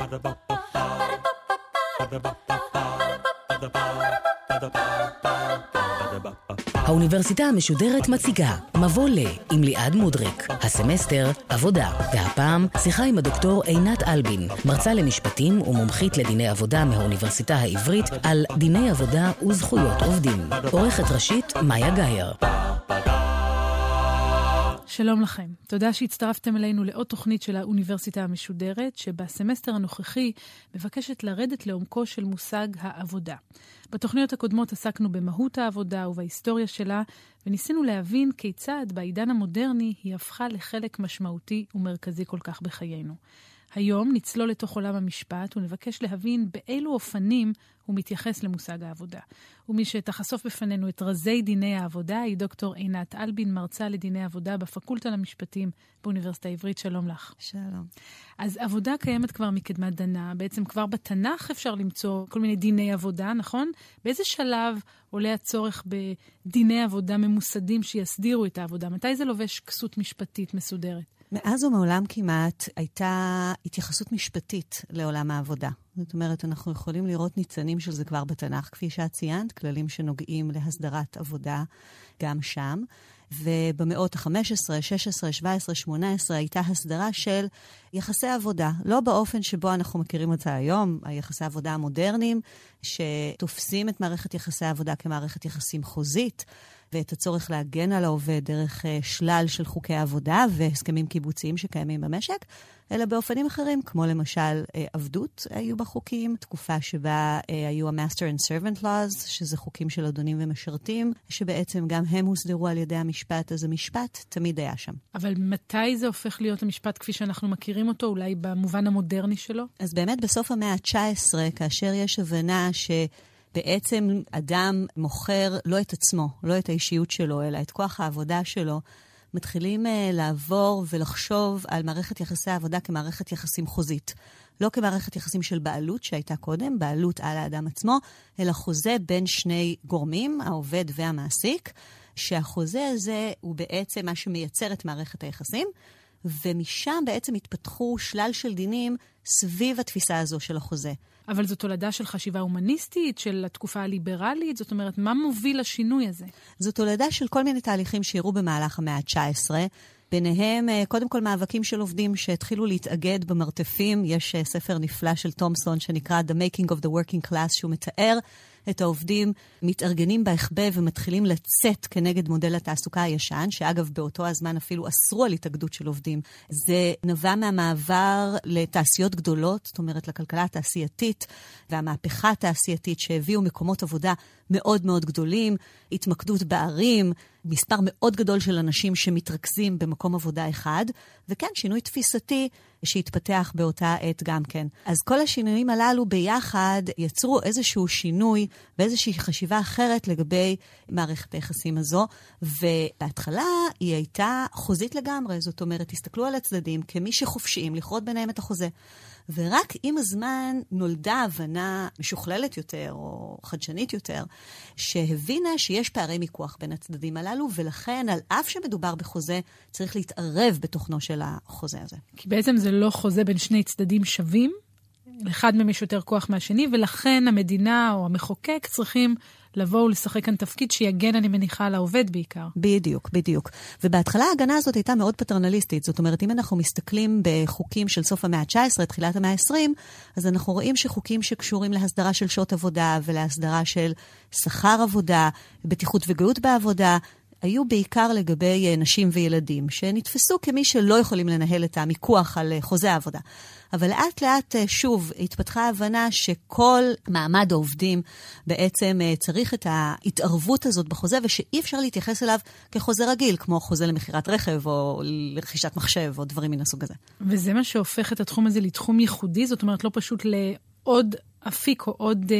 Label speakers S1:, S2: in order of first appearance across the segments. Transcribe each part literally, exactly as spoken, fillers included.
S1: האוניברסיטה המשודרת מציגה מבוא ל עם ליעד מודריק, הסמסטר עבודה, והפעם שיחה עם הדוקטור עינת אלבין, מרצה למשפטים ומומחית לדיני עבודה מהאוניברסיטה העברית על דיני עבודה וזכויות עובדים. עורכת ראשית מאיה גייר.
S2: שלום לכם. תודה שהצטרפתם אלינו לעוד תוכנית של האוניברסיטה המשודרת, שבסמסטר הנוכחי מבקשת לרדת לעומקו של מושג העבודה. בתוכניות הקודמות עסקנו במהות העבודה ובהיסטוריה שלה, וניסינו להבין כיצד בעידן המודרני היא הפכה לחלק משמעותי ומרכזי כל כך בחיינו. היום נצלול לתוך עולם המשפט ונבקש להבין באילו אופנים הוא מתייחס למושג העבודה. ומי שתחשוף בפנינו את רזי דיני העבודה היא דוקטור עינת אלבין, מרצה לדיני עבודה בפקולטה למשפטים באוניברסיטה העברית. שלום לך.
S3: שלום.
S2: אז עבודה קיימת כבר מקדמת דנה, בעצם כבר בתנ"ך אפשר למצוא כל מיני דיני עבודה, נכון? באיזה שלב עולה הצורך בדיני עבודה ממוסדים שיסדירו את העבודה? מתי זה לובש כסות משפטית מסודרת?
S3: מאז ומעולם כמעט הייתה התייחסות משפטית לעולם העבודה. זאת אומרת, אנחנו יכולים לראות ניצנים של זה כבר בתנ"ך, כפי שאת ציינת, כללים שנוגעים להסדרת עבודה גם שם. ובמאות ה-חמש עשרה, שש עשרה, שבע עשרה, שמונה עשרה הייתה הסדרה של יחסי עבודה. לא באופן שבו אנחנו מכירים אותה היום, היחסי העבודה המודרניים, שתופסים את מערכת יחסי העבודה כמערכת יחסים חוזית, ואת הצורך להגן על העובד דרך שלל של חוקי עבודה והסכמים קיבוציים שקיימים במשק, אלא באופנים אחרים, כמו למשל עבדות היו בחוקים, תקופה שבה היו ה-Master and Servant Laws, שזה חוקים של אדונים ומשרתים, שבעצם גם הם הוסדרו על ידי המשפט, אז המשפט תמיד היה שם.
S2: אבל מתי זה הופך להיות המשפט כפי שאנחנו מכירים אותו, אולי במובן המודרני שלו?
S3: אז באמת בסוף המאה ה-תשע עשרה, כאשר יש הבנה ש... בעצם אדם מוכר לא את עצמו, לא את האישיות שלו, אלא את כוח העבודה שלו, מתחילים uh, לעבור ולחשוב על מערכת יחסי העבודה כמערכת יחסים חוזית. לא כמערכת יחסים של בעלות שהייתה קודם, בעלות על האדם עצמו, אלא חוזה בין שני גורמים, העובד והמעסיק, שהחוזה הזה הוא בעצם מה שמייצר את מערכת היחסים, ומשם בעצם התפתחו שלל של דינים סביב התפיסה הזו של החוזה.
S2: אבל זו תולדה של חשיבה הומניסטית, של התקופה הליברלית, זאת אומרת, מה מוביל לשינוי הזה? זו
S3: תולדה של כל מיני תהליכים שיראו במהלך המאה ה-תשע עשרה, ביניהם קודם כל מאבקים של עובדים שהתחילו להתאגד במרתפים. יש ספר נפלא של תומסון שנקרא The Making of the Working Class, שהוא מתאר את העובדים מתארגנים בהחבא ומתחילים לצאת כנגד מודל התעסוקה הישן, שאגב באותו הזמן אפילו אסרו על התאגדות של עובדים. זה נבע מהמעבר לתעשיות גדולות, זאת אומרת לכלכלה התעשייתית והמהפכה התעשייתית שהביאו מקומות עבודה מאוד מאוד גדולים, התמקדות בערים, מספר מאוד גדול של אנשים שמתרכזים במקום עבודה אחד, וכן, שינוי תפיסתי שהתפתח באותה עת גם כן. אז כל השינויים הללו ביחד יצרו איזשהו שינוי ואיזושהי חשיבה אחרת לגבי מערכת היחסים הזו, ובהתחלה היא הייתה חוזית לגמרי, זאת אומרת, הסתכלו על הצדדים כמי שחופשיים לכרות ביניהם את החוזה. ורק עם הזמן נולדה הבנה משוכללת יותר או חדשנית יותר, שהבינה שיש פערי מיקוח בין הצדדים הללו, ולכן על אף שמדובר בחוזה, צריך להתערב בתוכנו של החוזה הזה.
S2: כי בעצם זה לא חוזה בין שני צדדים שווים, אחד מהם יש יותר כוח מהשני, ולכן המדינה או המחוקק צריכים לבוא ולשחק כאן תפקיד שיגן, אני מניחה, על העובד בעיקר.
S3: בדיוק, בדיוק. ובהתחלה ההגנה הזאת הייתה מאוד פטרנליסטית. זאת אומרת, אם אנחנו מסתכלים בחוקים של סוף המאה ה-תשע עשרה, תחילת המאה ה-עשרים, אז אנחנו רואים שחוקים שקשורים להסדרה של שעות עבודה ולהסדרה של שכר עבודה, בטיחות וגאות בעבודה, היו בעיקר לגבי נשים וילדים, שנתפסו כמי שלא יכולים לנהל את המיקוח על חוזה העבודה. אבל לאט לאט שוב התפתחה ההבנה שכל מעמד העובדים בעצם צריך את ההתערבות הזאת בחוזה, ושאי אפשר להתייחס אליו כחוזה רגיל, כמו חוזה למכירת רכב או לרכישת מחשב או דברים מן הסוג הזה.
S2: וזה מה שהופך את התחום הזה לתחום ייחודי, זאת אומרת לא פשוט לעוד אפיק או עוד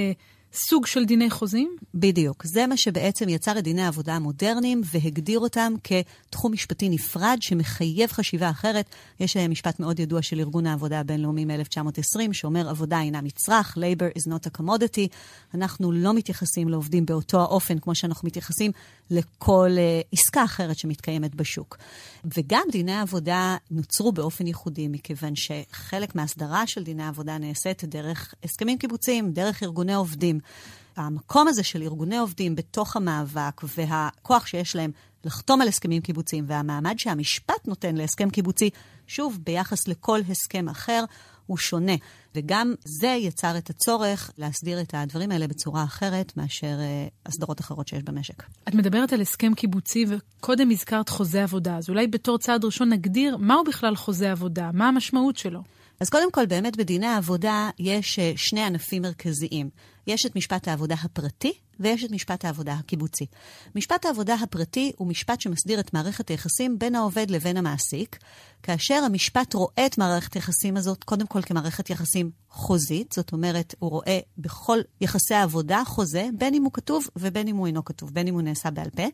S2: סוג של דיני חוזים?
S3: בדיוק. זה מה שבעצם יצר את דיני העבודה המודרניים והגדיר אותם כתחום משפטי נפרד שמחייב חשיבה אחרת. יש משפט מאוד ידוע של ארגון העבודה הבינלאומי מ-אלף תשע מאות עשרים שאומר עבודה אינה מצרך, labor is not a commodity. אנחנו לא מתייחסים לעובדים באותו האופן כמו שאנחנו מתייחסים לכל uh, עסקה אחרת שמתקיימת בשוק. וגם דיני העבודה נוצרו באופן ייחודי מכיוון שחלק מהסדרה של דיני העבודה נעשית דרך הסכמים קיבוציים, דרך ארגוני עובדים. המקום הזה של ארגוני עובדים בתוך המאבק והכוח שיש להם לחתום על הסכמים קיבוציים והמעמד שהמשפט נותן להסכם קיבוצי, שוב, ביחס לכל הסכם אחר, הוא שונה. וגם זה יצר את הצורך להסדיר את הדברים האלה בצורה אחרת מאשר uh, הסדרות אחרות שיש במשק.
S2: את מדברת על הסכם קיבוצי וקודם הזכרת חוזה עבודה. אז אולי בתור צעד ראשון נגדיר מהו בכלל חוזה עבודה, מה המשמעות שלו?
S3: אז קודם כל, באמת בדיני העבודה יש שני ענפים מרכזיים. יש את משפט העבודה הפרטי, ויש את משפט העבודה הקיבוצי. משפט העבודה הפרטי הוא משפט שמסדיר את מערכת היחסים בין העובד לבין המעסיק, כאשר המשפט רואה את מערכת היחסים הזאת, קודם כל כמערכת יחסים חוזית, זאת אומרת, הוא רואה בכל יחסי העבודה חוזה, בין אם הוא כתוב ובין אם הוא אינו כתוב, בין אם הוא נעשה בעל פה.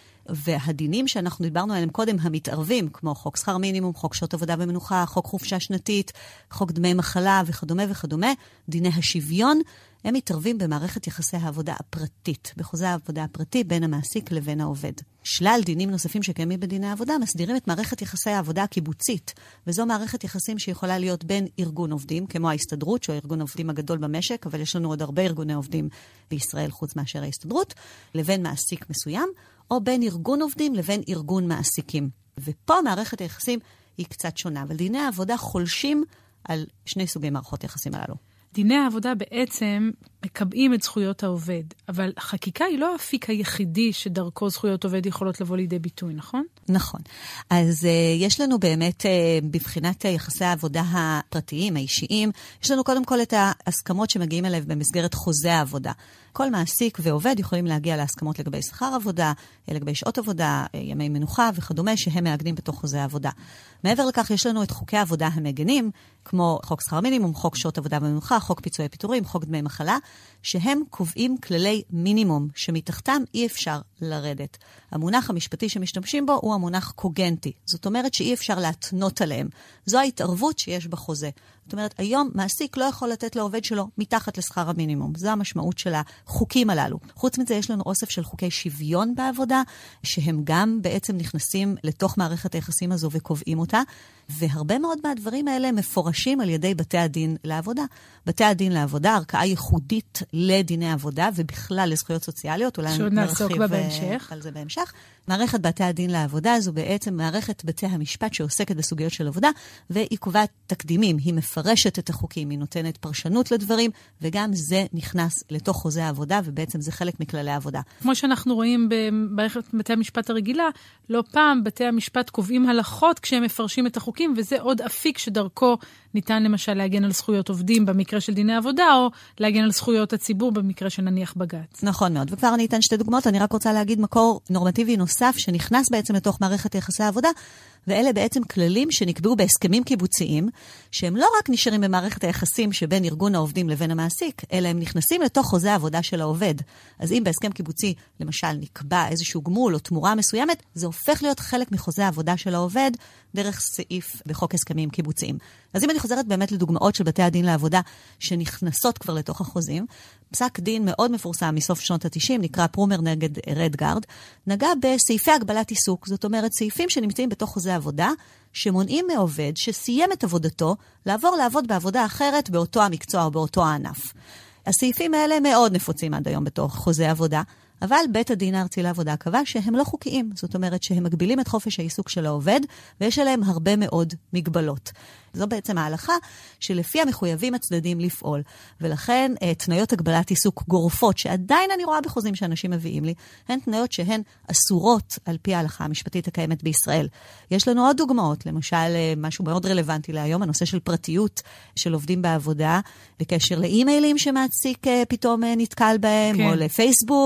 S3: והדינים שאנחנו דיברנו עליהם קודם, המתערבים, כמו חוק שכר מינימום, חוק שעות עבודה במנוחה, חוק חופשה שנתית, חוק דמי מחלה וכדומה וכדומה, דיני השוויון, הם מתערבים במערכת יחסי העבודה הפרטית, בחוזה העבודה הפרטי בין המעסיק לבין העובד. שלל דינים נוספים שקיימים בדיני העבודה מסדירים את מערכת יחסי העבודה הקיבוצית, וזו מערכת יחסים שיכולה להיות בין ארגון עובדים, כמו ההסתדרות, שהוא הארגון העובדים הגדול במשק, אבל יש לנו עוד הרבה ארגוני עובדים בישראל חוץ מאשר ההסתדרות, לבין מעסיק מסוים, או בין ארגון עובדים לבין ארגון מעסיקים. ופה מערכת היחסים היא קצת שונה, אבל דיני העבודה חולשים על שני סוגי מערכות יחסים הללו.
S2: דיני העבודה בעצם מקבעים את זכויות העובד, אבל החקיקה היא לא האפיק היחידי שדרכו זכויות עובד יכולות לבוא לידי ביטוי, נכון?
S3: נכון. אז uh, יש לנו באמת, uh, בבחינת יחסי העבודה הפרטיים, האישיים, יש לנו קודם כל את ההסכמות שמגיעים אליו במסגרת חוזה העבודה. כל מעסיק ועובד יכולים להגיע להסכמות לגבי שכר עבודה, לגבי שעות עבודה, ימי מנוחה וכדומה, שהם מעגנים בתוך חוזה העבודה. מעבר לכך, יש לנו את חוקי העבודה המגנים, כמו חוק שכר מינימום, חוק שעות עבודה במנוחה, חוק פיצויי פיטורים, חוק דמי מחלה, שהם קובעים כללי מינימום, שמתחתם אי אפשר לרדת. המונח המשפטי שמשתמשים בו הוא המונח קוגנטי. זאת אומרת שאי אפשר להתנות עליהם. זו ההתערבות שיש בחוזה. זאת אומרת, היום מעסיק לא יכול לתת לעובד שלו מתחת לשכר המינימום. זו המשמעות של החוקים הללו. חוץ מזה יש לנו אוסף של חוקי שוויון בעבודה, שהם גם בעצם נכנסים לתוך מערכת היחסים הזו וקובעים אותה, והרבה מאוד מהדברים האלה מפורשים על ידי בתי הדין לעבודה. בתי הדין לעבודה, ערכאה ייחודית לדיני עבודה, ובכלל לזכויות סוציאליות, אולי
S2: שעוד נעסוק בה בהמשך.
S3: על זה בהמשך. מערכת בתי הדין לעבודה זו בעצם מערכת בתי המשפט שעוסקת בסוגיות של עבודה, והיא קובעת תקדימים, היא מפרשת את החוקים, היא נותנת פרשנות לדברים, וגם זה נכנס לתוך חוזה העבודה, ובעצם זה חלק מכללי העבודה.
S2: כמו שאנחנו רואים במערכת בתי המשפט הרגילה, לא פעם בתי המשפט קובעים הלכות כשהם מפרשים את החוקים, וזה עוד אפיק שדרכו ניתן למשל להגן על זכויות עובדים במקרה של דיני עבודה, או להגן על זכויות הציבור במקרה של נניח בג"ץ.
S3: נכון מאוד, וכבר אני אתן שתי דוגמאות, אני רק רוצה להגיד מקור נורמטיבי נוסף שנכנס בעצם לתוך מערכת יחסי העבודה, ואלה בעצם כללים שנקבעו בהסכמים קיבוציים, שהם לא רק נשארים במערכת היחסים שבין ארגון העובדים לבין המעסיק, אלא הם נכנסים לתוך חוזה העבודה של העובד. אז אם בהסכם קיבוצי, למשל, נקבע איזשהו גמול או תמורה מסוימת, זה הופך להיות חלק מחוזה העבודה של העובד, דרך סעיף בחוק הסכמים קיבוציים. אז אם אני חוזרת באמת לדוגמאות של בתי הדין לעבודה, שנכנסות כבר לתוך החוזים, פסק דין מאוד מפורסם מסוף שנות ה-תשעים, נקרא פרומר נגד רדגארד, נגע בסעיפי הגבלת עיסוק, זאת אומרת, סעיפים שנמצאים בתוך חוזה עבודה, שמונעים מעובד שסיים את עבודתו, לעבור לעבוד בעבודה אחרת באותו המקצוע או באותו הענף. הסעיפים האלה מאוד נפוצים עד היום בתוך חוזה עבודה, אבל בית הדין הארצי לעבודה קבע שהם לא חוקיים. זאת אומרת שהם מגבילים את חופש העיסוק של העובד, ויש עליהם הרבה מאוד מגבלות. זו בעצם ההלכה שלפי המחויבים הצדדים לפעול. ולכן תניות הגבלת עיסוק גורפות, שעדיין אני רואה בחוזים שאנשים מביאים לי, הן תניות שהן אסורות על פי ההלכה המשפטית הקיימת בישראל. יש לנו עוד דוגמאות, למשל משהו מאוד רלוונטי להיום, הנושא של פרטיות של עובדים בעבודה, בקשר לאימיילים שמעסיק פתאום נתקל בהם, כן. או לפייסבוק, או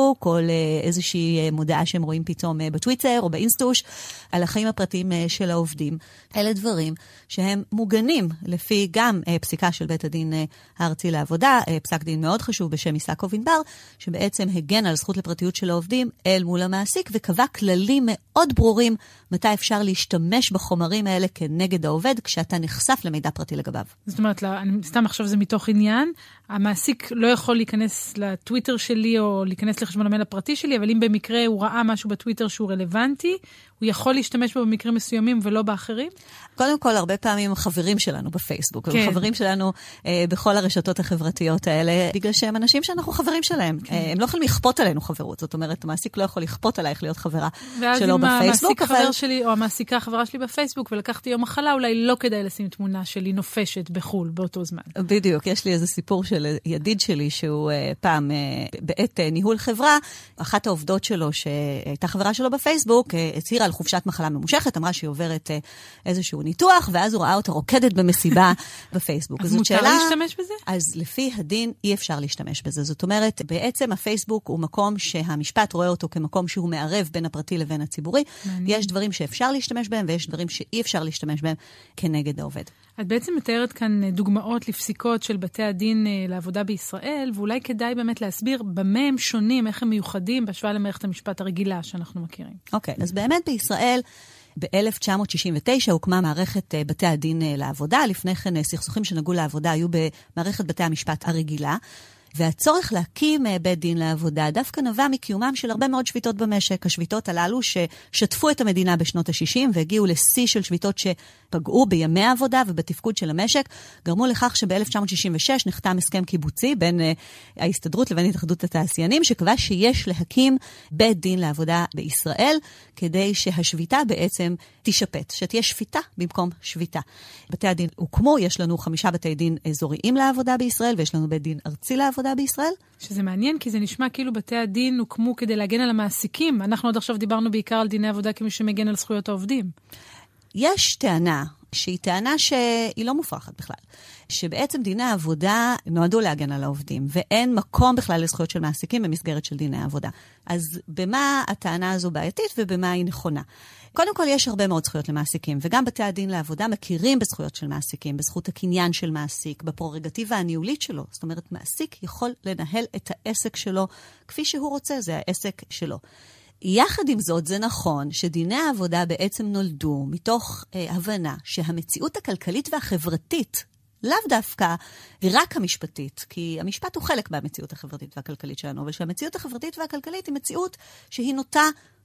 S3: איזושהי מודעה שהם רואים פתאום בטוויטר או באינסטוש, על החיים הפרטיים של העובדים. אלה דברים שהם מוגנים לפי גם פסיקה של בית הדין הארצי לעבודה, פסק דין מאוד חשוב בשם איסקוב ענבר, שבעצם הגן על זכות לפרטיות של העובדים אל מול המעסיק, וקבע כללים מאוד ברורים מתי אפשר להשתמש בחומרים האלה כנגד העובד, כשאתה נחשף למידע פרטי לגביו.
S2: זאת אומרת, אני סתם עכשיו זה מתוך עניין, המעסיק לא יכול להיכנס לטוויטר שלי או להיכנס לחשבון המייל הפרטי שלי, אבל אם במקרה הוא ראה משהו בטוויטר שהוא רלוונטי, הוא יכול להשתמש בו במקרים מסוימים ולא באחרים?
S3: קודם כל, הרבה פעמים חברים שלנו בפייסבוק, כן. חברים שלנו אה, בכל הרשתות החברתיות האלה, בגלל שהם אנשים שאנחנו חברים שלהם. כן. אה, הם לא יכולים לכפות עלינו חברות, זאת אומרת, המעסיק לא יכול לכפות עלייך להיות חברה שלו בפייסבוק. ואז אם המעסיק אבל... חבר שלי או המעסיקה חברה שלי בפייסבוק ולקחתי יום מחלה, אולי לא כדאי לשים תמונה שלי נופשת בחול באותו זמן. בדיוק, יש לי איזה סיפור של ידיד שלי שהוא אה, פעם אה, בעת אה, ניהול חברה, אחת העובדות שלו שהייתה חברה שלו בפייסבוק, אה, הצהירה על חופשת מחלה ממושכת, אמרה שהיא עוברת אה, איזשהו ניתוח, ואז הוא ראה אותה רוקדת במסיבה בפייסבוק.
S2: אז מותר שאלה, להשתמש בזה?
S3: אז לפי הדין אי אפשר להשתמש בזה. זאת אומרת, בעצם הפייסבוק הוא מקום שהמשפט רואה אותו כמקום שהוא מערב בין הפרטי לבין הציבורי. מעניין. יש דברים שאפשר להשתמש בהם, ויש דברים שאי אפשר להשתמש בהם כנגד העובד.
S2: את בעצם מתארת כאן דוגמאות לפסיקות של בתי הדין לעבודה בישראל, ואולי כדאי באמת להסביר במה הם שונים, איך הם מיוחדים, בהשוואה למערכת המשפט הרגילה שאנחנו מכירים.
S3: אוקיי, אז באמת בישראל ב-אלף תשע מאות שישים ותשע הוקמה מערכת בתי הדין לעבודה. לפני כן סכסוכים שנגעו לעבודה היו במערכת בתי המשפט הרגילה. והצורך להקים בית דין לעבודה דווקא נבע מקיומם של הרבה מאוד שביתות במשק. השביתות הללו ששטפו את המדינה בשנות ה-שישים והגיעו לשיא של שביתות שפגעו בימי העבודה ובתפקוד של המשק, גרמו לכך שב-אלף תשע מאות שישים ושש נחתם הסכם קיבוצי בין uh, ההסתדרות לבין התאחדות התעשיינים, שקבע שיש להקים בית דין לעבודה בישראל, כדי שהשביתה בעצם תשפט, שתהיה שפיטה במקום שביתה. בתי הדין הוקמו, יש לנו חמישה בתי דין אזוריים לעבודה בישראל, ויש לנו בית דין ארצי לעבודה בישראל.
S2: שזה מעניין, כי זה נשמע כאילו בתי הדין הוקמו כדי להגן על המעסיקים. אנחנו עד עכשיו דיברנו בעיקר על דיני עבודה כמי שמגן על זכויות העובדים.
S3: יש טענה, שהיא טענה שהיא לא מופרכת בכלל, שבעצם דיני העבודה נועדו להגן על העובדים, ואין מקום בכלל לזכויות של מעסיקים במסגרת של דיני העבודה. אז במה הטענה הזו בעייתית ובמה היא נכונה? קודם כל, יש הרבה מאוד זכויות למעסיקים, וגם בתי הדין לעבודה מכירים בזכויות של מעסיקים, בזכות הקניין של מעסיק, בפררוגטיבה הניהולית שלו. זאת אומרת, מעסיק יכול לנהל את העסק שלו כפי שהוא רוצה, זה העסק שלו. יחד עם זאת, זה נכון שדיני העבודה בעצם נולדו מתוך אה, הבנה שהמציאות הכלכלית והחברתית, לאו דווקא רק המשפטית, כי המשפט הוא חלק מהמציאות החברתית והכלכלית שלנו, אבל שהמציאות החברתית והכלכלית היא מציאות שהיא נוטה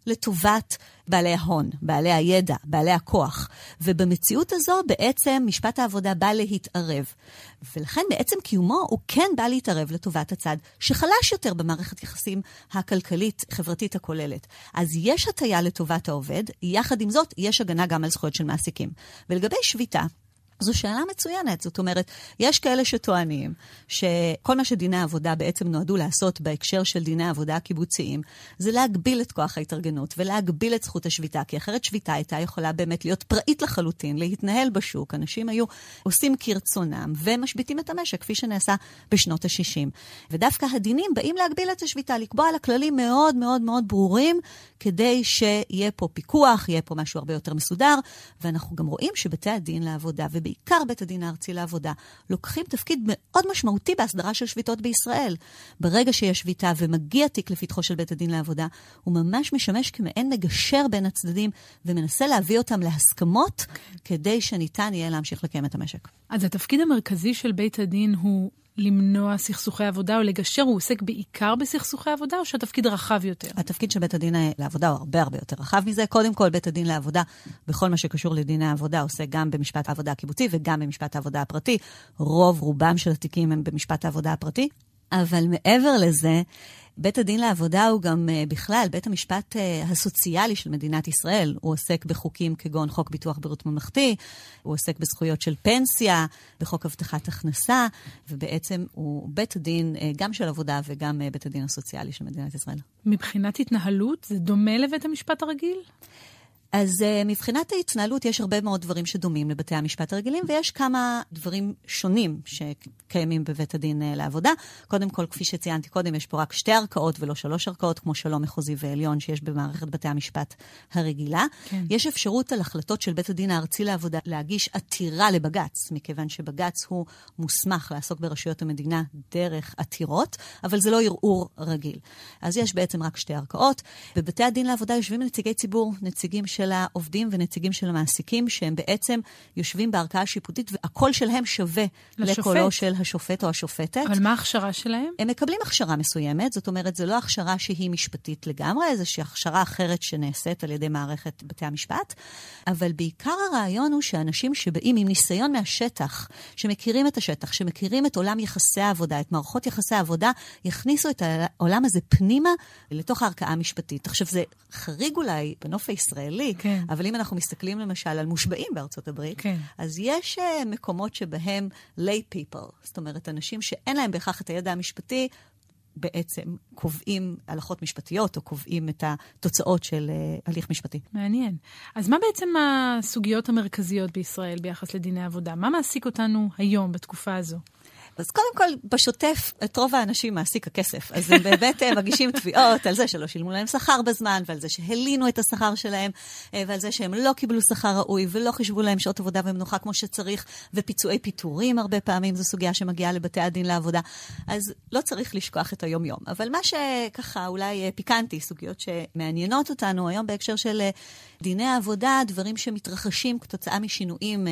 S3: לטובת בעלי ההון, בעלי הידע, בעלי הכוח. ובמציאות הזו בעצם משפט העבודה בא להתערב. ולכן בעצם קיומו הוא כן בא להתערב לטובת הצד שחלש יותר במערכת יחסים הכלכלית חברתית הכוללת. אז יש הטיה לטובת העובד, יחד עם זאת יש הגנה גם על זכויות של מעסיקים. ולגבי שביתה, זו שאלה מצוינת. זאת אומרת, יש כאלה שטוענים שכל מה שדיני העבודה בעצם נועדו לעשות בהקשר של דיני העבודה הקיבוציים, זה להגביל את כוח ההתארגנות ולהגביל את זכות השביתה, כי אחרת שביתה הייתה יכולה באמת להיות פראית לחלוטין, להתנהל בשוק. אנשים היו עושים כרצונם ומשביתים את המשק, כפי שנעשה בשנות ה-שישים. ודווקא הדינים באים להגביל את השביתה, לקבוע על הכללים מאוד מאוד מאוד ברורים, כדי שיהיה פה פיקוח, יהיה פה משהו הרבה יותר מסודר, ואנחנו גם רואים שבתי הדין לעבודה ובעיקר בית הדין הארצי לעבודה, לוקחים תפקיד מאוד משמעותי בהסדרה של שביתות בישראל. ברגע שיש שביתה ומגיע תיק לפתחו של בית הדין לעבודה, הוא ממש משמש כמעין מגשר בין הצדדים, ומנסה להביא אותם להסכמות, כדי שניתן יהיה להמשיך לקיים את המשק.
S2: אז התפקיד המרכזי של בית הדין הוא למנוע סכסוכי עבודה או לגשר, הוא עוסק בעיקר בסכסוכי עבודה, או שהתפקיד רחב יותר?
S3: התפקיד של בית הדין לעבודה הוא הרבה הרבה יותר רחב מזה. קודם כל, בית הדין לעבודה, בכל מה שקשור לדיני העבודה, עושה גם במשפט העבודה הקיבוצי וגם במשפט העבודה הפרטי. רוב רובם של התיקים הם במשפט העבודה הפרטי. אבל מעבר לזה, בית הדין לעבודה הוא גם בכלל בית המשפט הסוציאלי של מדינת ישראל. הוא עוסק בחוקים כגון חוק ביטוח בריאות ממלכתי, הוא עוסק בזכויות של פנסיה, בחוק הבטחת הכנסה, ובעצם הוא בית הדין גם של עבודה וגם בית הדין הסוציאלי של מדינת ישראל.
S2: מבחינת התנהלות, זה דומה לבית המשפט הרגיל?
S3: אז uh, מבחינת ההתנהלות יש הרבה מאוד דברים שדומים לבתי המשפט הרגילים, ויש כמה דברים שונים שקיימים בבית הדין uh, לעבודה. קודם כל, כפי שציינתי קודם, יש פה רק שתי ערכאות ולא שלוש ערכאות, כמו שלום מחוזי ועליון שיש במערכת בתי המשפט הרגילה. כן. יש אפשרות על החלטות של בית הדין הארצי לעבודה להגיש עתירה לבגץ, מכיוון שבגץ הוא מוסמך לעסוק ברשויות המדינה דרך עתירות, אבל זה לא ערעור רגיל. אז יש בעצם רק שתי ערכאות. בבתי הדין לעבודה יושבים נציגי ציבור, נציגים של העובדים ונציגים של המעסיקים, שהם בעצם יושבים בערכאה שיפוטית, והקול שלהם שווה לשופט. לקולו של השופט או השופטת.
S2: אבל מה ההכשרה שלהם?
S3: הם מקבלים הכשרה מסוימת, זאת אומרת, זו לא הכשרה שהיא משפטית לגמרי, איזושהי הכשרה אחרת שנעשית על ידי מערכת בתי המשפט, אבל בעיקר הרעיון הוא שאנשים שבאים עם ניסיון מהשטח, שמכירים את השטח, שמכירים את עולם יחסי העבודה, את מערכות יחסי העבודה, יכניסו את העולם הזה פנימה לתוך הערכאה המשפטית. עכשיו, זה חריג אולי בנוף הישראלי, כן. אבל אם אנחנו מסתכלים למשל על מושבעים בארצות הברית, כן. אז יש uh, מקומות שבהם lay people, זאת אומרת, אנשים שאין להם בהכרח את הידע המשפטי, בעצם קובעים הלכות משפטיות, או קובעים את התוצאות של uh, הליך משפטי.
S2: מעניין. אז מה בעצם הסוגיות המרכזיות בישראל ביחס לדיני עבודה? מה מעסיק אותנו היום, בתקופה הזו?
S3: אז קודם כל, בשוטף, את רוב האנשים מעסיק הכסף. אז הם באמת מגישים תביעות על זה שלא שילמו להם שכר בזמן, ועל זה שהלינו את השכר שלהם, ועל זה שהם לא קיבלו שכר ראוי, ולא חישבו להם שעות עבודה ומנוחה כמו שצריך, ופיצועי פיטורים הרבה פעמים, זו סוגיה שמגיעה לבתי הדין לעבודה. אז לא צריך לשכוח את היום-יום. אבל מה שככה אולי פיקנטי, סוגיות שמעניינות אותנו היום בהקשר של דיני העבודה, דברים שמתרחשים כתוצאה משינויים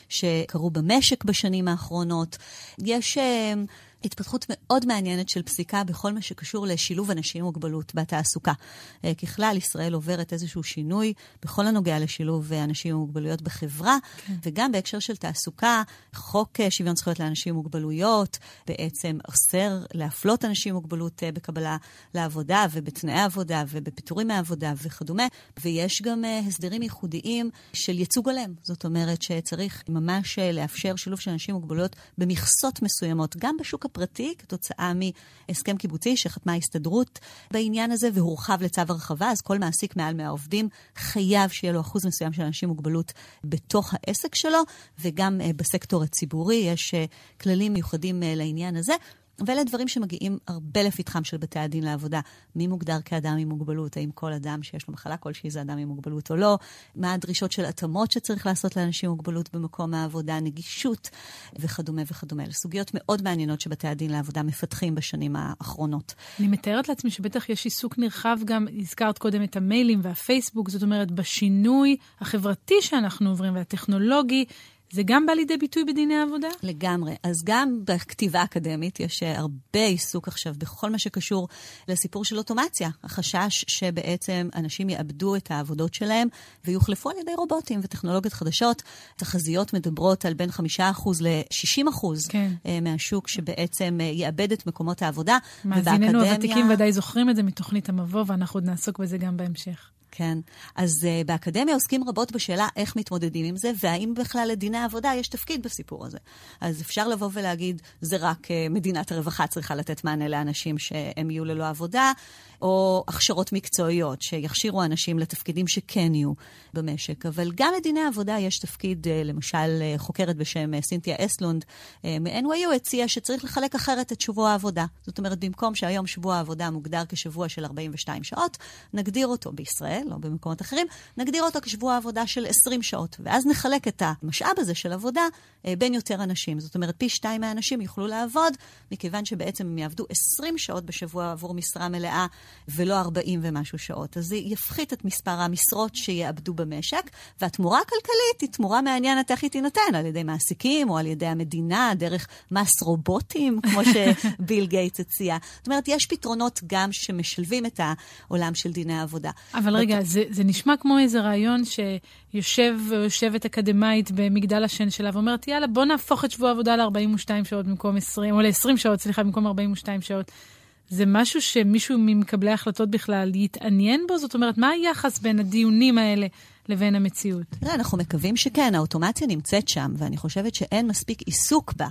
S3: שקרו במשק בשנים האחרונות. יש התפתחות מאוד מעניינת של פסיקה בכל מה שקשור לשילוב אנשים עם מוגבלות בתעסוקה. ככלל, ישראל עוברת איזשהו שינוי בכל הנוגע לשילוב אנשים עם מוגבלויות בחברה, כן. וגם בהקשר של תעסוקה, חוק שוויון זכויות לאנשים עם מוגבלויות, בעצם אוסר להפלות אנשים עם מוגבלות בקבלה לעבודה, ובתנאי עבודה, ובפיטורים מהעבודה וכדומה, ויש גם הסדרים ייחודיים של ייצוג הולם. זאת אומרת שצריך ממש לאפשר שילוב של אנשים עם מוגבלויות במכסות מסוימות, גם בשוק הפרטי, כתוצאה מהסכם קיבוצי שחתמה ההסתדרות בעניין הזה, והורחב לצו הרחבה, אז כל מעסיק מעל מאה עובדים חייב שיהיה לו אחוז מסוים של אנשים עם מוגבלות בתוך העסק שלו, וגם בסקטור הציבורי יש כללים מיוחדים לעניין הזה. ואלה דברים שמגיעים הרבה לפתחם של בתי הדין לעבודה. מי מוגדר כאדם עם מוגבלות? האם כל אדם שיש לו מחלה כלשהי זה אדם עם מוגבלות או לא? מה הדרישות של התאמות שצריך לעשות לאנשים עם מוגבלות במקום העבודה, נגישות וכדומה וכדומה. אלה סוגיות מאוד מעניינות שבתי הדין לעבודה מפתחים בשנים האחרונות.
S2: אני מתארת לעצמי שבטח יש עיסוק נרחב גם, הזכרת קודם את המיילים והפייסבוק, זאת אומרת בשינוי החברתי שאנחנו עוברים והטכנולוגי, זה גם בא לידי ביטוי בדיני העבודה?
S3: לגמרי. אז גם בכתיבה אקדמית יש הרבה עיסוק עכשיו בכל מה שקשור לסיפור של אוטומציה. החשש שבעצם אנשים יאבדו את העבודות שלהם ויוחלפו על ידי רובוטים וטכנולוגיות חדשות. תחזיות מדברות על בין חמישה אחוז ל-שישים אחוז כן. מהשוק שבעצם יאבד את מקומות העבודה.
S2: מאזיננו הוותיקים ודאי זוכרים את זה מתוכנית המבוא, ואנחנו עוד נעסוק בזה גם בהמשך.
S3: כן. אז uh, באקדמיה עוסקים רבות בשאלה איך מתמודדים עם זה, והאם בכלל לדיני העבודה יש תפקיד בסיפור הזה. אז אפשר לבוא ולהגיד, זה רק uh, מדינת הרווחה צריכה לתת מענה לאנשים שהם יהיו ללא עבודה, או הכשרות מקצועיות שיכשירו אנשים לתפקידים שכן יהיו במשק. אבל גם לדיני העבודה יש תפקיד, uh, למשל uh, חוקרת בשם uh, סינתיה אסלונד, uh, מ-אן וואי יו הציעה שצריך לחלק אחרת את שבוע העבודה. זאת אומרת, במקום שהיום שבוע העבודה מוגדר כשבוע של ארבעים ושתיים שעות, נגדיר אותו בישראל, או במקומות אחרים, נגדיר אותו כשבוע עבודה של עשרים שעות, ואז נחלק את המשאב הזה של עבודה אה, בין יותר אנשים. זאת אומרת, פי שתיים מהאנשים יוכלו לעבוד, מכיוון שבעצם הם יעבדו עשרים שעות בשבוע עבור משרה מלאה, ולא ארבעים ומשהו שעות. אז זה יפחית את מספר המשרות שיעבדו במשק, והתמורה הכלכלית היא תמורה מעניינת איך היא תינתן, על ידי מעסיקים או על ידי המדינה, דרך מס רובוטים, כמו שביל גייטס הציע. זאת אומרת, יש פתרונות גם שמשלבים את העולם של דיני העבודה.
S2: אבל רגע, זה, זה נשמע כמו איזה רעיון שיושב או יושבת אקדמאית במגדל השן שלה, ואומרת, יאללה, בוא נהפוך את שבוע עבודה ל-ארבעים ושתיים שעות במקום עשרים, או ל-עשרים שעות, סליחה, במקום ארבעים ושתיים שעות. זה משהו שמישהו ממקבלי ההחלטות בכלל יתעניין בו? זאת אומרת, מה היחס בין הדיונים האלה לבין המציאות?
S3: אנחנו מקווים שכן, האוטומציה נמצאת שם, ואני חושבת שאין מספיק עיסוק בה.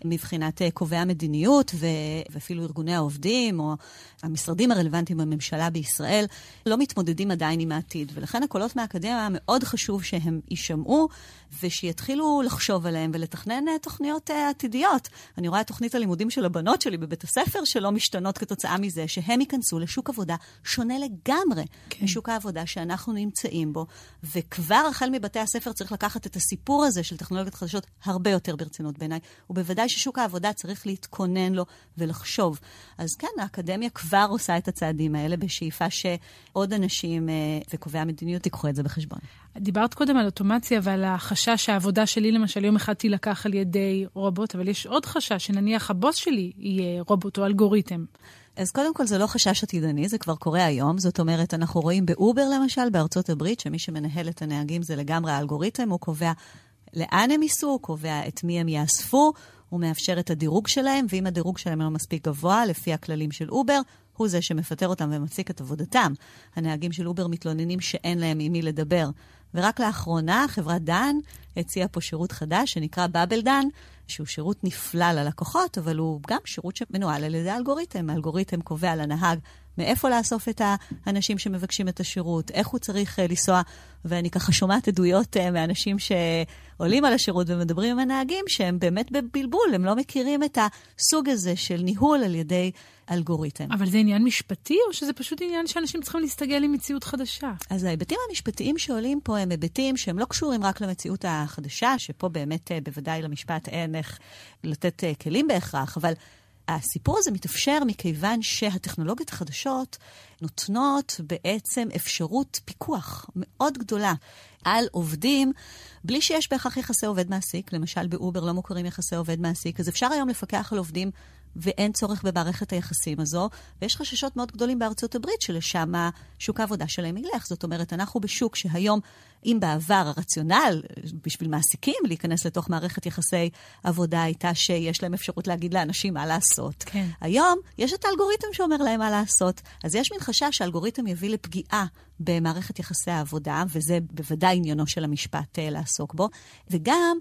S3: מבחינת קובעי המדיניות ואפילו ארגוני העובדים או המשרדים הרלוונטיים בממשלה בישראל לא מתמודדים עדיין עם העתיד. ולכן הקולות מהאקדמיה מאוד חשוב שהם יישמעו ושיתחילו לחשוב עליהם ולתכנן תוכניות עתידיות. אני רואה את תוכנית הלימודים של הבנות שלי בבית הספר שלא משתנות כתוצאה מזה שהם ייכנסו לשוק עבודה שונה לגמרי כן. משוק העבודה שאנחנו נמצאים בו. וכבר החל מבתי הספר צריך לקחת את הסיפור הזה של טכנולוגיות חדשות הרבה יותר ברצינות בעיניי. ובוודאי ששוק העבודה צריך להתכונן לו ולחשוב. אז כן, האקדמיה כבר עושה את הצעדים האלה בשאיפה שעוד אנשים וקובעי המדיניות ייקחו את זה בחשבון.
S2: דיברת קודם על אוטומציה ועל החשש שהעבודה שלי למשל יום אחד תילקח על ידי רובוט, אבל יש עוד חשש שנניח הבוס שלי יהיה רובוט או אלגוריתם.
S3: אז קודם כל זה לא חשש עתידני, זה כבר קורה היום. זאת אומרת, אנחנו רואים באובר למשל, בארצות הברית, שמי שמנהל את הנהגים זה לגמרי האלגוריתם, הוא קובע לאן הם ייסעו, הוא קובע את מי הם יאספו, הוא מאפשר את הדירוג שלהם, ואם הדירוג שלהם לא מספיק גבוה, לפי הכללים של אובר, הוא זה שמפטר אותם ומפסיק את עבודתם. הנהגים של אובר מתלוננים שאין להם עם מי לדבר. ורק לאחרונה, חברת דן הציעה פה שירות חדש שנקרא בבל דן, שהוא שירות נפלא ללקוחות, אבל הוא גם שירות שמנוהל על ידי האלגוריתם. האלגוריתם קובע לנהג מאיפה לאסוף את האנשים שמבקשים את השירות, איך הוא צריך uh, לנסוע, ואני ככה שומעת עדויות uh, מאנשים שעולים על השירות ומדברים עם הנהגים, שהם באמת בבלבול, הם לא מכירים את הסוג הזה של ניהול על ידי אלגוריתם.
S2: אבל זה עניין משפטי, או שזה פשוט עניין שאנשים צריכים להסתגל עם מציאות חדשה?
S3: אז ההיבטים המשפטיים שעולים פה הם היבטים שהם לא קשורים רק למציאות החדשה, שפה באמת uh, בוודאי למשפט אין איך לתת uh, כלים בהכרח, אבל הסיפור הזה מתאפשר מכיוון שהטכנולוגיות החדשות נותנות בעצם אפשרות פיקוח מאוד גדולה על עובדים, בלי שיש בהכרח יחסי עובד מעסיק. למשל באובר לא מוכרים יחסי עובד מעסיק, אז אפשר היום לפקח על עובדים ואין צורך במערכת היחסים הזו, ויש חששות מאוד גדולים בארצות הברית שלשם שוק העבודה שלהם ילך. זאת אומרת, אנחנו בשוק שהיום, אם בעבר הרציונל בשביל מעסיקים להיכנס לתוך מערכת יחסי עבודה הייתה שיש להם אפשרות להגיד לאנשים מה לעשות.
S2: כן.
S3: היום יש את האלגוריתם שאומר להם מה לעשות. אז יש מין חשש שהאלגוריתם יביא לפגיעה במערכת יחסי העבודה, וזה בוודאי עניינו של המשפט לעסוק בו, וגם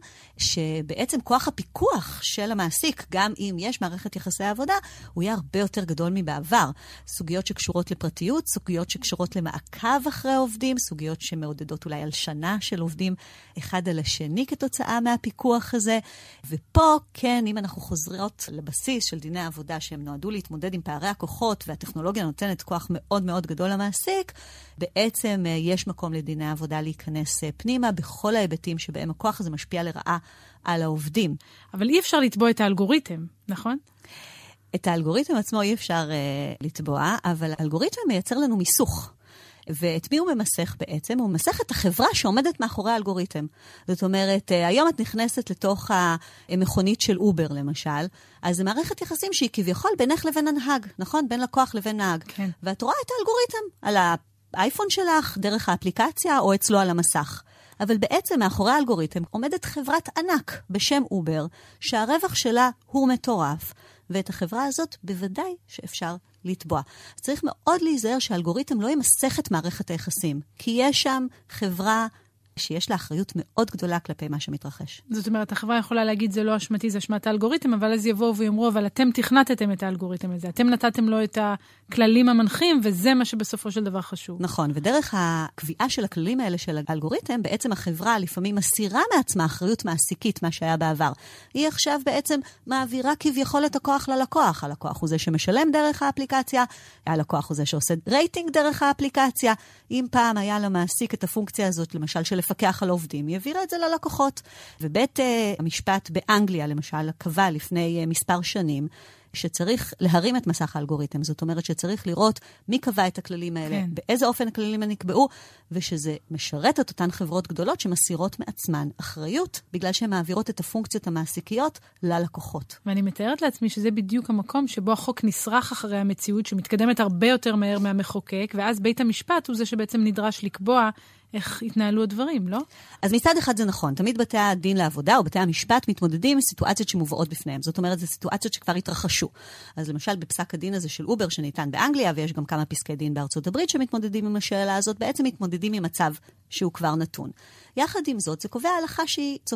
S3: שבעצם כוח הפיקוח של המעסיק, גם אם יש מערכת יחסי העבודה, הוא יהיה הרבה יותר גדול מבעבר. סוגיות שקשורות לפרטיות, סוגיות שקשורות למעקב אחרי עובדים, סוגיות שמעודדות אולי על שנה של עובדים אחד על השני כתוצאה מהפיקוח הזה. ופה, כן, אם אנחנו חוזרות לבסיס של דיני העבודה שהם נועדו להתמודד עם פערי הכוחות, והטכנולוגיה נותנת כוח מאוד מאוד גדול למעסיק, בעצם יש מקום לדיני העבודה להיכנס פנימה בכל ההיבטים שבהם הכוח הזה משפיע לרעה על העובדים.
S2: אבל אי אפשר לתבוע את האלגוריתם, נכון?
S3: את האלגוריתם עצמו אי אפשר uh, לתבוע, אבל האלגוריתם מייצר לנו מיסוך. ואת מי הוא ממסך בעצם? הוא ממסך את החברה שעומדת מאחורי האלגוריתם. זאת אומרת, היום את נכנסת לתוך המכונית של אובר, למשל, אז זה מערכת יחסים שהיא כביכול בינך לבין הנהג, נכון? בין לקוח לבין נהג.
S2: כן.
S3: ואת רואה את האלגוריתם על האייפון שלך, דרך האפליקציה, או אצלו על המסך. אבל בעצם מאחורי האלגוריתם עומדת חברת ענק בשם אובר, שהרווח שלה הוא מטורף. ואת החברה הזאת בוודאי שאפשר לתבוע. צריך מאוד להיזהר שהאלגוריתם לא ימסך את מערכת היחסים, כי יש שם חברה שיש לה אחריות מאוד גדולה כלפי מה שמתרחש.
S2: זאת אומרת, החברה יכולה להגיד, זה לא אשמתי, זה אשמת האלגוריתם, אבל אז יבואו ויאמרו, אבל אתם תכנתתם את האלגוריתם הזה, אתם נתתם לו את הכללים המנחים, וזה מה שבסופו של דבר חשוב.
S3: נכון, ודרך הקביעה של הכללים האלה של האלגוריתם, בעצם החברה לפעמים מסירה מעצמה אחריות מעסיקית, מה שהיה בעבר. היא עכשיו בעצם מעבירה כביכול את הכוח ללקוח. הלקוח הוא זה שמשלם דרך האפליקציה, הלקוח הוא זה שעושה רייטינג דרך האפליקציה. אם פעם היה למעסיק את הפונקציה הזאת, למשל של לפקח על עובדים, היא העבירה את זה ללקוחות. ובית uh, המשפט באנגליה, למשל, קבע לפני uh, מספר שנים, שצריך להרים את מסך האלגוריתם. זאת אומרת שצריך לראות מי קבע את הכללים האלה, כן. באיזה אופן הכללים נקבעו, ושזה משרת את אותן חברות גדולות שמסירות מעצמן אחריות, בגלל שהן מעבירות את הפונקציות המעסיקיות ללקוחות.
S2: ואני מתארת לעצמי שזה בדיוק המקום שבו החוק נשרח אחרי המציאות, שמתקדמת הרבה יותר מהר מהמחוקק, ואז בית המשפט הוא זה שבעצם נדרש לקבוע איך התנהלו הדברים, לא?
S3: אז מצד אחד זה נכון. תמיד בתי הדין לעבודה או בתי המשפט מתמודדים עם סיטואציות שמובאות בפניהם. זאת אומרת, זה סיטואציות שכבר התרחשו. אז למשל, בפסק הדין הזה של אובר שניתן באנגליה, ויש גם כמה פסקי דין בארצות הברית שמתמודדים עם השאלה הזאת, בעצם מתמודדים עם מצב שהוא כבר נתון. יחד עם זאת, זה קובע הלכה שהיא צופה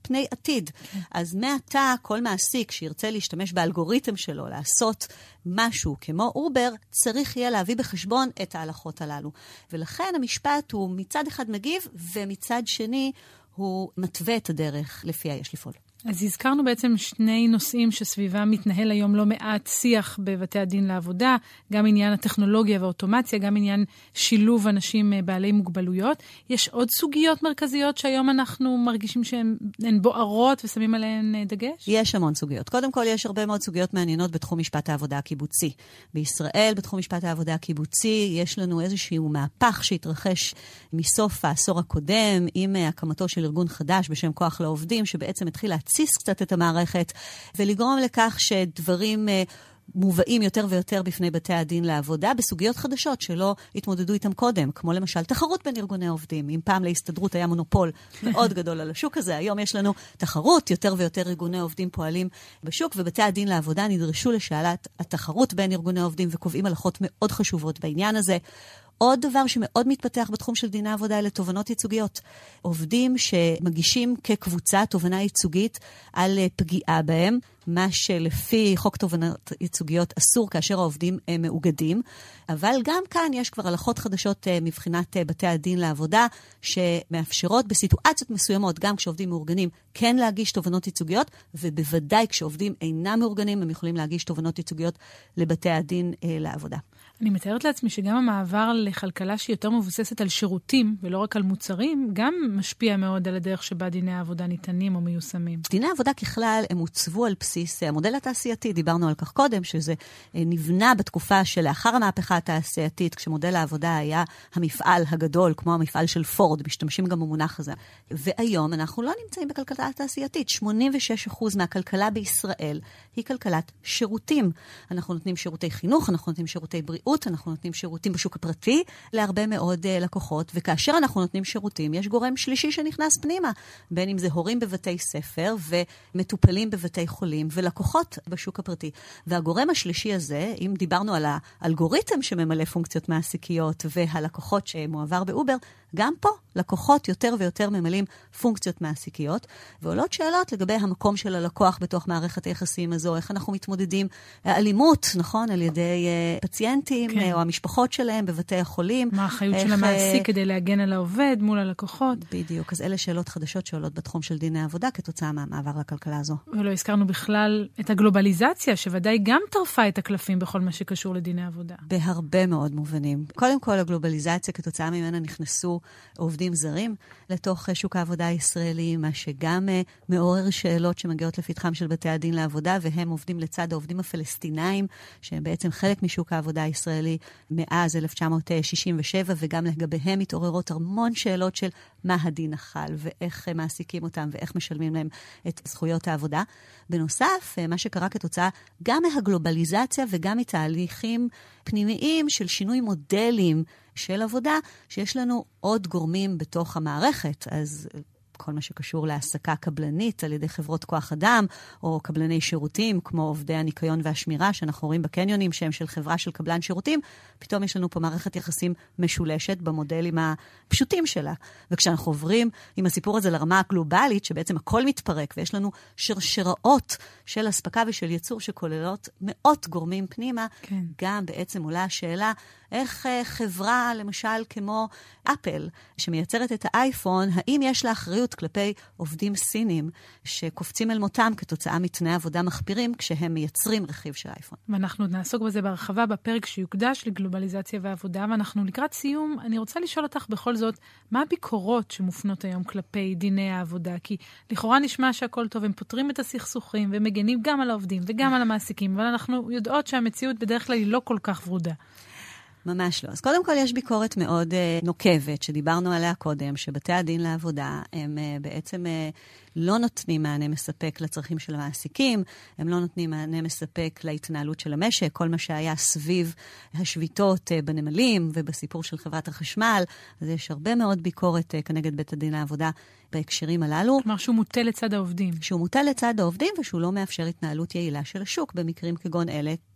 S3: פני עתיד. אז מעתה, כל מעסיק שירצה להשתמש באלגוריתם שלו, לעשות משהו כמו אובר, צריך יהיה להביא בחשבון את ההלכות הללו. ולכן המשפט הוא מצד אחד מגיב, ומצד שני הוא מתווה את הדרך לפיה יש לפעול.
S2: אז הזכרנו בעצם שני נושאים שסביבם מתנהל היום לא מעט שיח בבתי הדין לעבודה, גם עניין הטכנולוגיה והאוטומציה, גם עניין שילוב אנשים בעלי מוגבלויות. יש עוד סוגיות מרכזיות שהיום אנחנו מרגישים שהן בוערות ושמים עליהן דגש?
S3: יש המון סוגיות. קודם כל, יש הרבה מאוד סוגיות מעניינות בתחום משפט העבודה הקיבוצי. בישראל, בתחום משפט העבודה הקיבוצי, יש לנו איזשהו מהפך שהתרחש מסוף העשור הקודם, עם הקמתו של ארגון חדש בשם כוח לעובדים, שבעצם התחיל להציס קצת את המערכת, ולגרום לכך שדברים מובאים יותר ויותר בפני בתי הדין לעבודה, בסוגיות חדשות שלא התמודדו איתם קודם, כמו למשל תחרות בין ארגוני עובדים. אם פעם להסתדרות היה מונופול מאוד גדול על השוק הזה, היום יש לנו תחרות, יותר ויותר ארגוני עובדים פועלים בשוק, ובתי הדין לעבודה נדרשו לשאלת התחרות בין ארגוני עובדים, וקובעים הלכות מאוד חשובות בעניין הזה. עוד דבר שמאוד מתפתח בתחום של דיני עבודה אלה תובנות ייצוגיות. עובדים שמגישים כקבוצה תובנה ייצוגית על פגיעה בהם, מה שלפי חוק תובנות ייצוגיות אסור כאשר העובדים מאוגדים, אבל גם כאן יש כבר הלכות חדשות מבחינת בתי הדין לעבודה, שמאפשרות בסיטואציות מסוימות, גם כשעובדים מאורגנים, כן להגיש תובנות ייצוגיות, ובוודאי כשעובדים אינם מאורגנים, הם יכולים להגיש תובנות ייצוגיות לבתי הדין לעבודה.
S2: אני מתארת לעצמי שגם המעבר לכלכלה שהיא יותר מבוססת על שירותים, ולא רק על מוצרים, גם משפיע מאוד על הדרך שבה דיני העבודה ניתנים או מיושמים.
S3: דיני העבודה ככלל הם הוצבו על בסיס המודל התעשייתי, דיברנו על כך קודם, שזה נבנה בתקופה שלאחר המהפכה התעשייתית, כשמודל העבודה היה המפעל הגדול, כמו המפעל של פורד, משתמשים גם במונח הזה. והיום אנחנו לא נמצאים בכלכלה התעשייתית. שמונים ושש אחוז מהכלכלה בישראל היא כלכלת שירותים. אנחנו נותנים שירותי חינוך, אנחנו נותנים שירותי בריאות, אנחנו נותנים שירותים בשוק הפרטי להרבה מאוד uh, לקוחות, וכאשר אנחנו נותנים שירותים, יש גורם שלישי שנכנס פנימה, בין אם זה הורים בבתי ספר ומטופלים בבתי חולים ולקוחות בשוק הפרטי. והגורם השלישי הזה, אם דיברנו על האלגוריתם שממלא פונקציות מעסיקיות והלקוחות שמועבר באובר, גם פה לקוחות יותר ויותר ממלאים פונקציות מעסיקיות, ועולות שאלות לגבי המקום של הלקוח בתוך מערכת היחסים הזו, איך אנחנו מתמודדים אלימות, נכון, על ידי uh, פציינטים, כן. או המשפחות שלהם בבתי החולים.
S2: מה האחריות איך, של המעסיק uh, כדי להגן על העובד מול הלקוחות.
S3: בדיוק, אז אלה שאלות חדשות שעולות בתחום של דיני עבודה, כתוצאה מהמעבר לכלכלה הזו.
S2: ולא הזכרנו בכלל את הגלובליזציה, שוודאי גם טרפה את הקלפים בכל מה שקשור לדיני עבודה.
S3: בהרבה מאוד מובנים. קודם כל, הגלובליזציה, כתוצאה ממנה נכנסו עובדים זרים לתוך שוק העבודה הישראלי, מה שגם uh, מעורר שאלות שמגיעות לפתחם של בתי הדין לעבודה, והם עובדים לצד העובדים הפלסטינאים, שהם בעצם חלק משוק העבודה הישראלי מאז אלף תשע מאות שישים ושבע, וגם לגביהם מתעוררות המון שאלות של מה הדין החל, ואיך uh, מעסיקים אותם, ואיך משלמים להם את זכויות העבודה. בנוסף, uh, מה שקרה כתוצאה גם מהגלובליזציה, וגם מתהליכים פנימיים של שינוי מודלים של עבודה, שיש לנו עוד גורמים בתוך המערכת. אז כל מה שקשור להעסקה קבלנית על ידי חברות כוח אדם, או קבלני שירותים, כמו עובדי הניקיון והשמירה, שאנחנו רואים בקניונים, שהם של חברה של קבלן שירותים, פתאום יש לנו פה מערכת יחסים משולשת במודלים הפשוטים שלה. וכשאנחנו עוברים עם הסיפור הזה לרמה הגלובלית, שבעצם הכל מתפרק, ויש לנו שרשראות של הספקה ושל יצור שכוללות מאות גורמים פנימה, כן. גם בעצם עולה השאלה, איך חברה, למשל, כמו אפל, שמייצרת את האייפון, האם יש לה אחריות כלפי עובדים סינים שקופצים אל מותם כתוצאה מתנאי עבודה מחפירים כשהם מייצרים רכיב של אייפון?
S2: ואנחנו נעסוק בזה בהרחבה בפרק שיוקדש לגלובליזציה ועבודה, ואנחנו לקראת סיום, אני רוצה לשאול אותך בכל זאת, מה הביקורות שמופנות היום כלפי דיני העבודה? כי לכאורה נשמע שהכל טוב, הם פותרים את הסכסוכים ומגנים גם על העובדים וגם על המעסיקים, אבל אנחנו יודעות שהמציאות בדרך כלל היא לא כל כך ורודה.
S3: ממש לא. אז קודם כל יש ביקורת מאוד uh, נוקבת, שדיברנו עליה קודם, שבתי הדין לעבודה הם uh, בעצם uh, לא נותנים מענה מספק לצרכים של המעסיקים, הם לא נותנים מענה מספק להתנהלות של המשק, כל מה שהיה סביב השביתות uh, בנמלים ובסיפור של חברת החשמל, אז יש הרבה מאוד ביקורת uh, כנגד בית הדין לעבודה בהקשרים הללו.
S2: כלומר שהוא מוטל לצד העובדים.
S3: שהוא מוטל לצד העובדים ושהוא לא מאפשר התנהלות יעילה של השוק במקרים כגון אלה,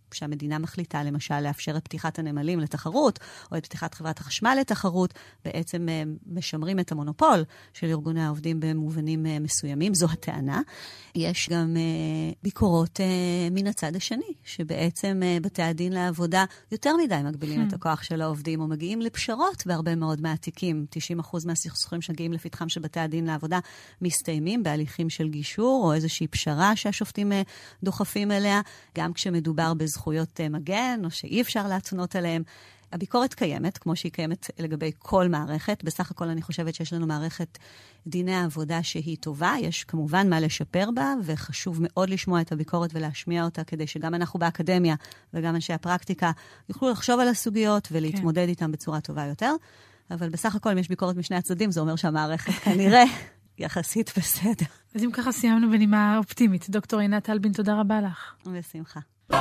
S3: שהמדינה מחליטה, למשל, לאפשר את פתיחת הנמלים לתחרות, או את פתיחת חברת החשמל לתחרות, בעצם משמרים את המונופול של ארגוני העובדים במובנים מסוימים. זו הטענה. יש גם ביקורות מן הצד השני, שבעצם בתי הדין לעבודה יותר מדי מגבילים את הכוח של העובדים, או מגיעים לפשרות בהרבה מאוד מהתיקים. תשעים אחוז מהסכסוכים שמגיעים לפתחם של בתי הדין לעבודה מסתיימים בהליכים של גישור, או איזושהי פשרה שהשופטים דוחפים אליה, גם כשמדובר בזכויות מגן, או שאי אפשר להתנות עליהם. הביקורת קיימת, כמו שהיא קיימת לגבי כל מערכת. בסך הכל אני חושבת שיש לנו מערכת דיני העבודה שהיא טובה. יש כמובן מה לשפר בה, וחשוב מאוד לשמוע את הביקורת ולהשמיע אותה, כדי שגם אנחנו באקדמיה וגם אנשי הפרקטיקה יוכלו לחשוב על הסוגיות ולהתמודד איתם בצורה טובה יותר. אבל בסך הכל, אם יש ביקורת משני הצדדים, זה אומר שהמערכת כנראה יחסית בסדר.
S2: אז אם ככה סיימנו בנימה אופטימית. דוקטור עינת אלבין, תודה רבה לך.
S3: בשמחה.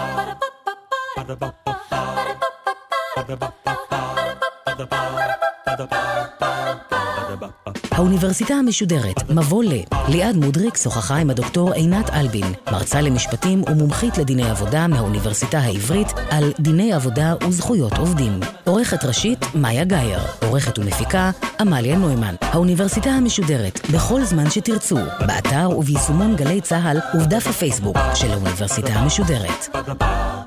S1: האוניברסיטה המשודרת, מבוא ל. ליעד מודריק שוחחה עם הדוקטור עינת אלבין, מרצה למשפטים ומומחית לדיני עבודה מהאוניברסיטה העברית, על דיני עבודה וזכויות עובדים. עורכת ראשית, מאיה גייר. עורכת ומפיקה, אמליה נוימן. האוניברסיטה המשודרת, בכל זמן שתרצו, באתר וביישומון גלי צהל ובדף הפייסבוק של האוניברסיטה המשודרת.